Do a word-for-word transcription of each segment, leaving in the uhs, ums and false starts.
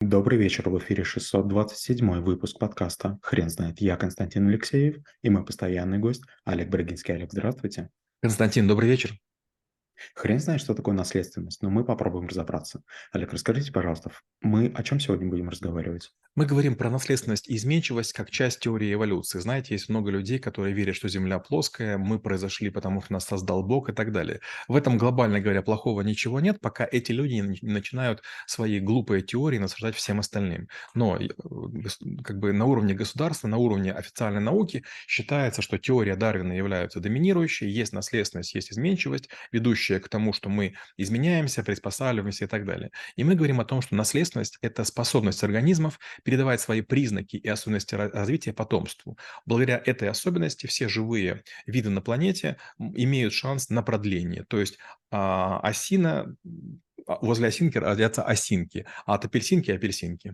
Добрый вечер, в эфире шестьсот двадцать седьмой выпуск подкаста «Хрен знает». Я Константин Алексеев и мой постоянный гость Олег Брагинский. Олег, здравствуйте. Константин, добрый вечер. Хрен знает, что такое наследственность, но мы попробуем разобраться. Олег, расскажите, пожалуйста, мы о чем сегодня будем разговаривать? Мы говорим про наследственность и изменчивость как часть теории эволюции. Знаете, есть много людей, которые верят, что Земля плоская, мы произошли, потому что нас создал Бог и так далее. В этом, глобально говоря, плохого ничего нет, пока эти люди не не начинают свои глупые теории насаждать всем остальным. Но э, гос- как бы на уровне государства, на уровне официальной науки считается, что теория Дарвина является доминирующей, есть наследственность, есть изменчивость, ведущая к тому, что мы изменяемся, приспосабливаемся и так далее. И мы говорим о том, что наследственность – это способность организмов передавать свои признаки и особенности ра- развития потомству. Благодаря этой особенности все живые виды на планете м, имеют шанс на продление. То есть а, осина, м, а, возле осинки родятся осинки, а от апельсинки– апельсинки.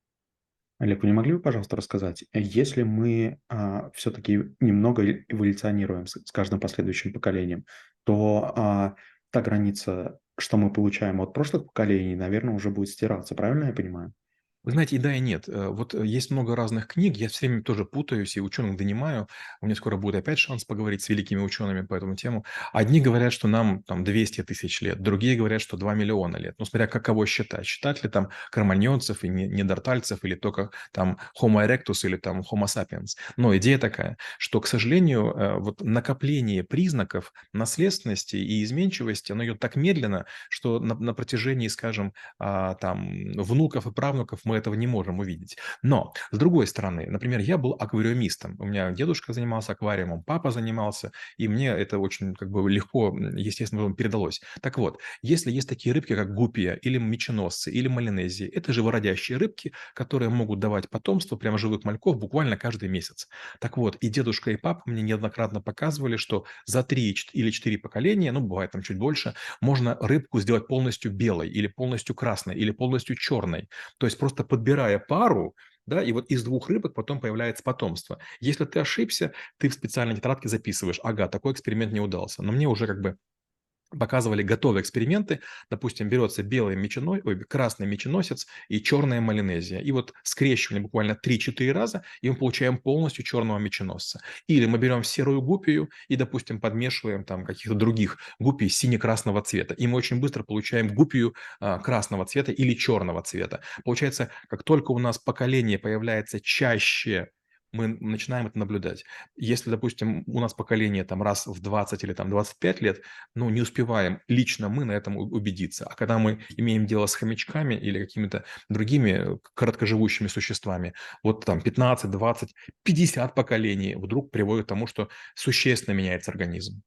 Олег, вы не могли бы, пожалуйста, рассказать, э, если мы все-таки немного э- эволюционируем с, с каждым последующим поколением, то а, та граница, что мы получаем от прошлых поколений, наверное, уже будет стираться, правильно я понимаю? Вы знаете, и да, и нет. Э, Вот э, есть много разных книг, я все время тоже путаюсь и ученых донимаю. У меня скоро будет опять шанс поговорить с великими учеными по этому тему. Одни говорят, что нам там двести тысяч лет, другие говорят, что два миллиона лет. Ну, смотря каково считать. Считать ли там кроманьонцев и не- неандертальцев, или только там Homo erectus, или там Homo sapiens. Но идея такая, что, к сожалению, э, вот накопление признаков наследственности и изменчивости, оно идет так медленно, что на, на протяжении, скажем, а, там, внуков и правнуков мы этого не можем увидеть. Но, с другой стороны, например, я был аквариумистом. У меня дедушка занимался аквариумом, папа занимался, и мне это очень как бы легко, м, естественно, образом передалось. Так вот, если есть такие рыбки, как гупия или меченосцы, или малинезии, это живородящие рыбки, которые могут давать потомство, прямо живых мальков, буквально каждый месяц. Так вот, и дедушка, и папа мне неоднократно показывали, что за три или четыре поколения, ну, бывает там чуть больше, можно рыбку сделать полностью белой, или полностью красной, или полностью черной. То есть просто подбирая пару, да, и вот из двух рыбок потом появляется потомство. Если ты ошибся, ты в специальной тетрадке записываешь: ага, такой эксперимент не удался. Но мне уже как бы показывали готовые эксперименты. Допустим, берется белый мечено, ой, красный меченосец и черная малинезия. И вот скрещивание буквально три-четыре раза, и мы получаем полностью черного меченосца. Или мы берем серую гупию и, допустим, подмешиваем там каких-то других гупий сине-красного цвета. И мы очень быстро получаем гупию а, красного цвета или черного цвета. Получается, как только у нас поколение появляется чаще, мы начинаем это наблюдать. Если, допустим, у нас поколение там раз в двадцать или там двадцать пять лет, ну, не успеваем лично мы на этом у- убедиться. А когда мы имеем дело с хомячками или какими-то другими э, короткоживущими существами, вот там пятнадцать, двадцать, пятьдесят поколений вдруг приводит к тому, что существенно меняется организм.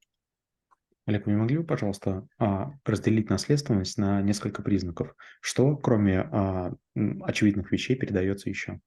Олег, вы не могли бы, пожалуйста, а, разделить наследственность на несколько признаков? Что, кроме а, м, очевидных вещей, передается еще?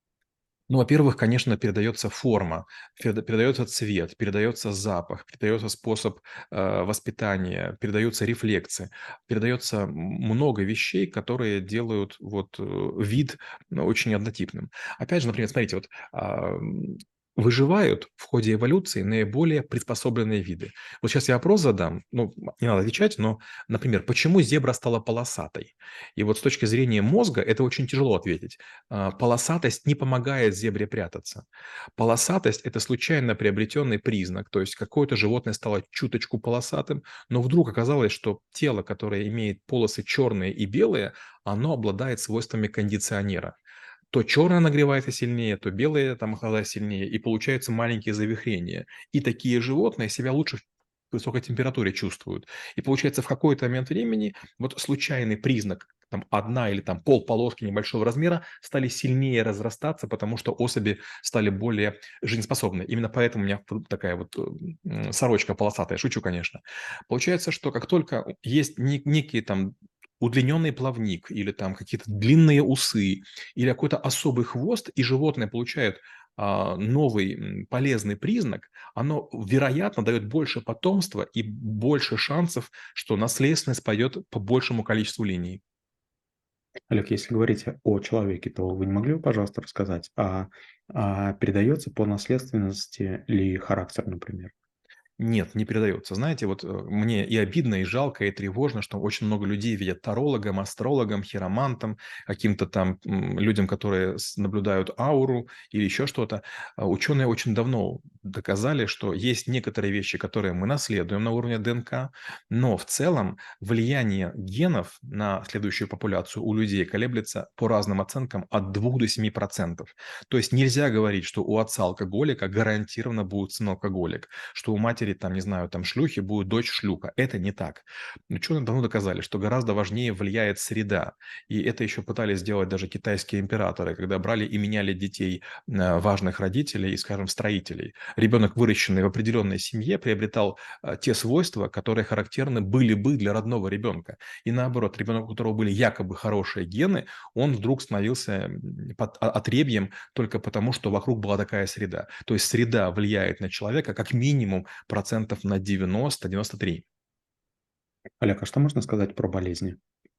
Ну, во-первых, конечно, передается форма, переда- передается цвет, передается запах, передается способ э, воспитания, передаются рефлексы, передается м- много вещей, которые делают вот э, вид ну, очень однотипным. Опять же, например, смотрите, вот а, м, выживают в ходе эволюции наиболее приспособленные виды. Вот сейчас я вопрос задам, ну, не надо отвечать, но, например, почему зебра стала полосатой? И вот с точки зрения мозга это очень тяжело ответить. А, полосатость не помогает зебре прятаться. Полосатость – это случайно приобретенный признак, то есть какое-то животное стало чуточку полосатым, но вдруг оказалось, что тело, которое имеет полосы черные и белые, оно обладает свойствами кондиционера. То черное нагревается сильнее, то белое там охлаждает сильнее, и получаются маленькие завихрения. И такие животные себя лучше в высокой температуре чувствуют. И получается, в какой-то момент времени вот случайный признак, там одна или там полполоски небольшого размера стали сильнее разрастаться, потому что особи стали более жизнеспособны. Именно поэтому у меня вот такая вот м, сорочка полосатая. Шучу, конечно. Получается, что как только есть не- некий там удлиненный плавник или там какие-то длинные усы или какой-то особый хвост, и животное получает а, новый м, полезный признак, оно, вероятно, дает больше потомства и больше шансов, что наследственность пойдет по большему количеству линий. Олег, если говорить о человеке, то вы не могли бы, пожалуйста, рассказать, а, а передается по наследственности ли характер, например? Нет, не передается. Знаете, вот, э, мне и обидно, и жалко, и тревожно, что очень много людей видят тарологом, астрологом, хиромантом, каким-то там, м, людям, которые с наблюдают ауру или еще что-то. А ученые очень давно доказали, что есть некоторые вещи, которые мы наследуем на уровне ДНК, но в целом влияние генов на следующую популяцию у людей колеблется по разным оценкам от двух до семи процентов. То есть нельзя говорить, что у отца алкоголика гарантированно будет сын алкоголик, что у матери, там, не знаю, там шлюхи будет дочь шлюха. Это не так. Ученые давно доказали, что гораздо важнее влияет среда. И это еще пытались сделать даже китайские императоры, когда брали и меняли детей э, важных родителей и, скажем, строителей. Ребенок, выращенный в определенной семье, приобретал э, те свойства, которые характерны были бы для родного ребенка. И наоборот, ребенок, у которого были якобы хорошие гены, он вдруг становился м, под- а- отребьем только потому, что вокруг была такая среда. То есть среда влияет на человека как минимум процентов на девяносто-девяносто три. Олег, а что можно сказать про болезни?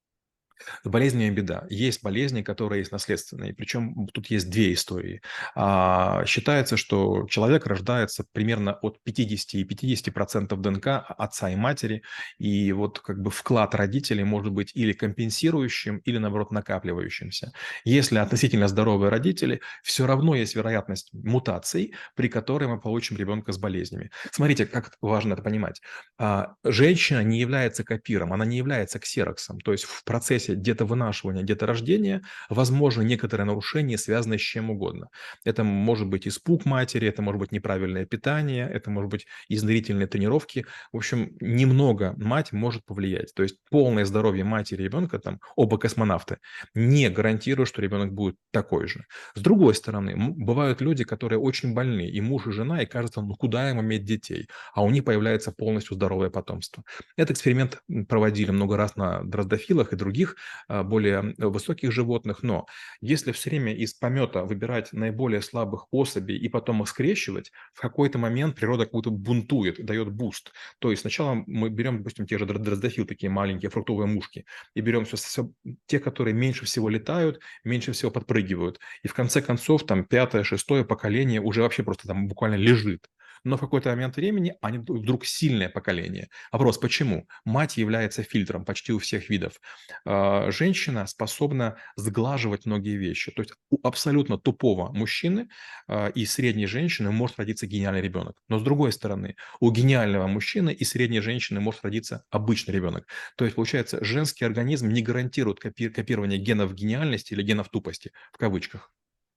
С болезнями беда. Есть болезни, которые есть наследственные. Причем тут есть две истории. А, считается, что человек рождается примерно от пятидесяти и пятидесяти процентов ДНК отца и матери. И вот как бы вклад родителей может быть или компенсирующим, или наоборот накапливающимся. Если относительно здоровые родители, все равно есть вероятность мутаций, при которой мы получим ребенка с болезнями. Смотрите, как важно это понимать. А, женщина не является копиром, она не является ксероксом. То есть в процессе детовынашивания, деторождения возможно некоторые нарушения, связанные с чем угодно. Это может быть испуг матери, это может быть неправильное питание, это может быть изнурительные тренировки. В общем, немного мать может повлиять. То есть полное здоровье матери и ребенка, там оба космонавты, не гарантирует, что ребенок будет такой же. С другой стороны, м, бывают люди, которые очень больны, и муж, и жена, и кажется, ну куда им иметь детей? А у них появляется полностью здоровое потомство. Этот эксперимент проводили много раз на дроздофилах и других а, более высоких животных, но если все время из помета выбирать наиболее слабых особей и потом их скрещивать, в какой-то момент природа как будто бунтует, дает буст. То есть сначала мы берем, допустим, те же дроздофил, такие маленькие фруктовые мушки, и берем все, все те, которые меньше всего летают, меньше всего подпрыгивают. И в конце концов, там, пятое, шестое поколение уже вообще просто там буквально лежит. Но в какой-то момент времени они вдруг сильное поколение. Вопрос, почему? Мать является фильтром почти у всех видов. А, Женщина способна сглаживать многие вещи. То есть у абсолютно тупого мужчины а, и средней женщины может родиться гениальный ребенок. Но с другой стороны, у гениального мужчины и средней женщины может родиться обычный ребенок. То есть, получается, женский организм не гарантирует копи- копирование генов гениальности или генов тупости, в кавычках.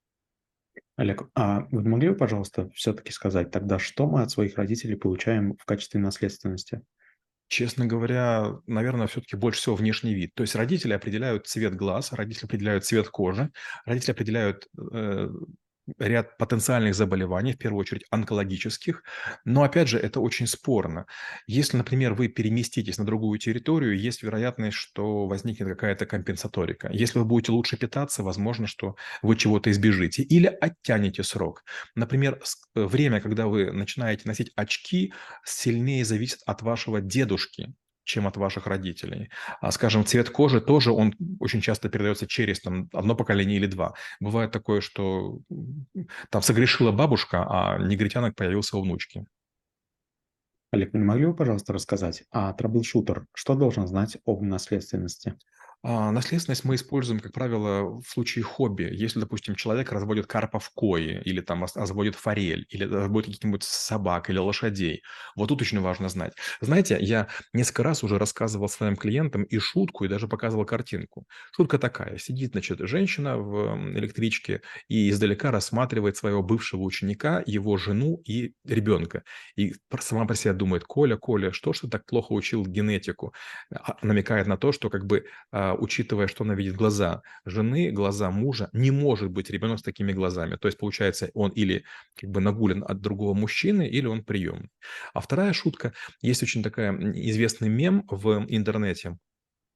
Олег, а вы могли бы, пожалуйста, все-таки сказать тогда, что мы от своих родителей получаем в качестве наследственности? Честно говоря, наверное, все-таки больше всего внешний вид. То есть родители определяют цвет глаз, родители определяют цвет кожи, родители определяют э, ряд потенциальных заболеваний, в первую очередь онкологических. Но опять же, это очень спорно. Если, например, вы переместитесь на другую территорию, есть вероятность, что возникнет какая-то компенсаторика. Если вы будете лучше питаться, возможно, что вы чего-то избежите или оттянете срок. Например, с- э, время, когда вы начинаете носить очки, сильнее зависит от вашего дедушки, чем от ваших родителей. А, скажем, цвет кожи тоже, он очень часто передается через там, одно поколение или два. Бывает такое, что м, там согрешила бабушка, а негритянок появился у внучки. Олег, вы не могли бы, пожалуйста, рассказать, а трэблшутер что должен знать об наследственности? А, наследственность мы используем, как правило, в случае хобби. Если, допустим, человек разводит карпа в кое, или там ос- разводит форель, или разводит каких-нибудь собак или лошадей. Вот тут очень важно знать. Знаете, я несколько раз уже рассказывал своим клиентам и шутку, и даже показывал картинку. Шутка такая. Сидит, значит, женщина в м, электричке и издалека рассматривает своего бывшего ученика, его жену и ребенка. И про- сама про себя думает: Коля, Коля, что ж ты так плохо учил генетику? А, намекает на то, что как бы а, учитывая, что она видит глаза жены, глаза мужа, не может быть ребенок с такими глазами. То есть, получается, он или как бы нагулен от другого мужчины, или он приемный. А вторая шутка, есть очень такая м, известный мем в интернете,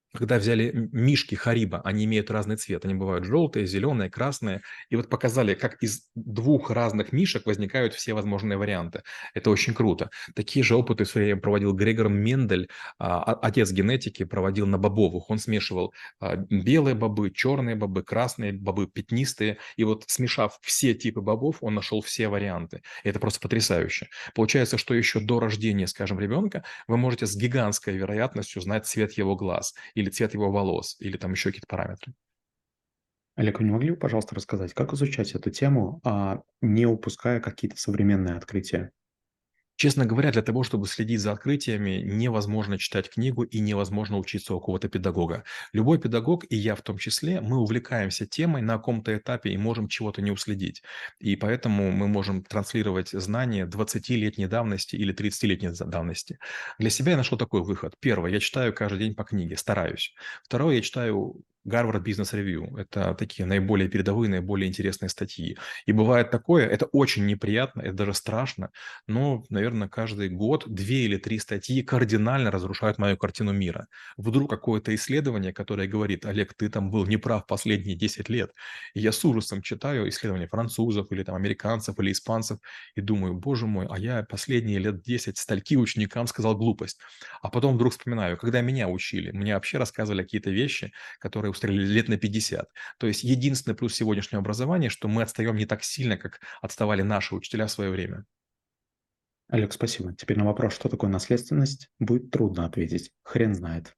Когда взяли м мишки Харибо, они имеют разный цвет. Они бывают желтые, зеленые, красные. И вот показали, как из двух разных мишек возникают все возможные варианты. Это очень круто. Такие же опыты в свое время проводил Грегор Мендель, а, о отец генетики, проводил на бобовых. Он смешивал, а, белые бобы, черные бобы, красные бобы, пятнистые. И вот смешав все типы бобов, он нашел все варианты. И это просто потрясающе. Получается, что еще до рождения, скажем, ребенка вы можете с гигантской вероятностью знать цвет его глаз или цвет его волос, или там еще какие-то параметры. Олег, вы не могли бы, пожалуйста, рассказать, как изучать эту тему, а, не упуская какие-то современные открытия? Честно говоря, для того, чтобы следить за открытиями, невозможно читать книгу и невозможно учиться у какого-то педагога. Любой педагог, и я в том числе, мы увлекаемся темой на каком-то этапе и можем чего-то не уследить. И поэтому мы можем транслировать знания двадцатилетней давности или тридцатилетней за- давности. Для себя я нашел такой выход. Первое, я читаю каждый день по книге, стараюсь. Второе, я читаю Гарвард Бизнес Ревью. Это такие наиболее передовые, наиболее интересные статьи. И бывает такое, это очень неприятно, это даже страшно, но, наверное, каждый год две или три статьи кардинально разрушают мою картину мира. Вдруг какое-то исследование, которое говорит: "Олег, ты там был неправ последние десять лет". И я с ужасом читаю исследования французов или там американцев, или испанцев и думаю: "Боже мой, а я последние лет десять стольки ученикам сказал глупость". А потом вдруг вспоминаю, когда меня учили, мне вообще рассказывали какие-то вещи, которые устарели лет на пятьдесят. То есть единственный плюс сегодняшнего образования, что мы отстаем не так сильно, как отставали наши учителя в свое время. Олег, спасибо. Теперь на вопрос, что такое наследственность, будет трудно ответить. Хрен знает.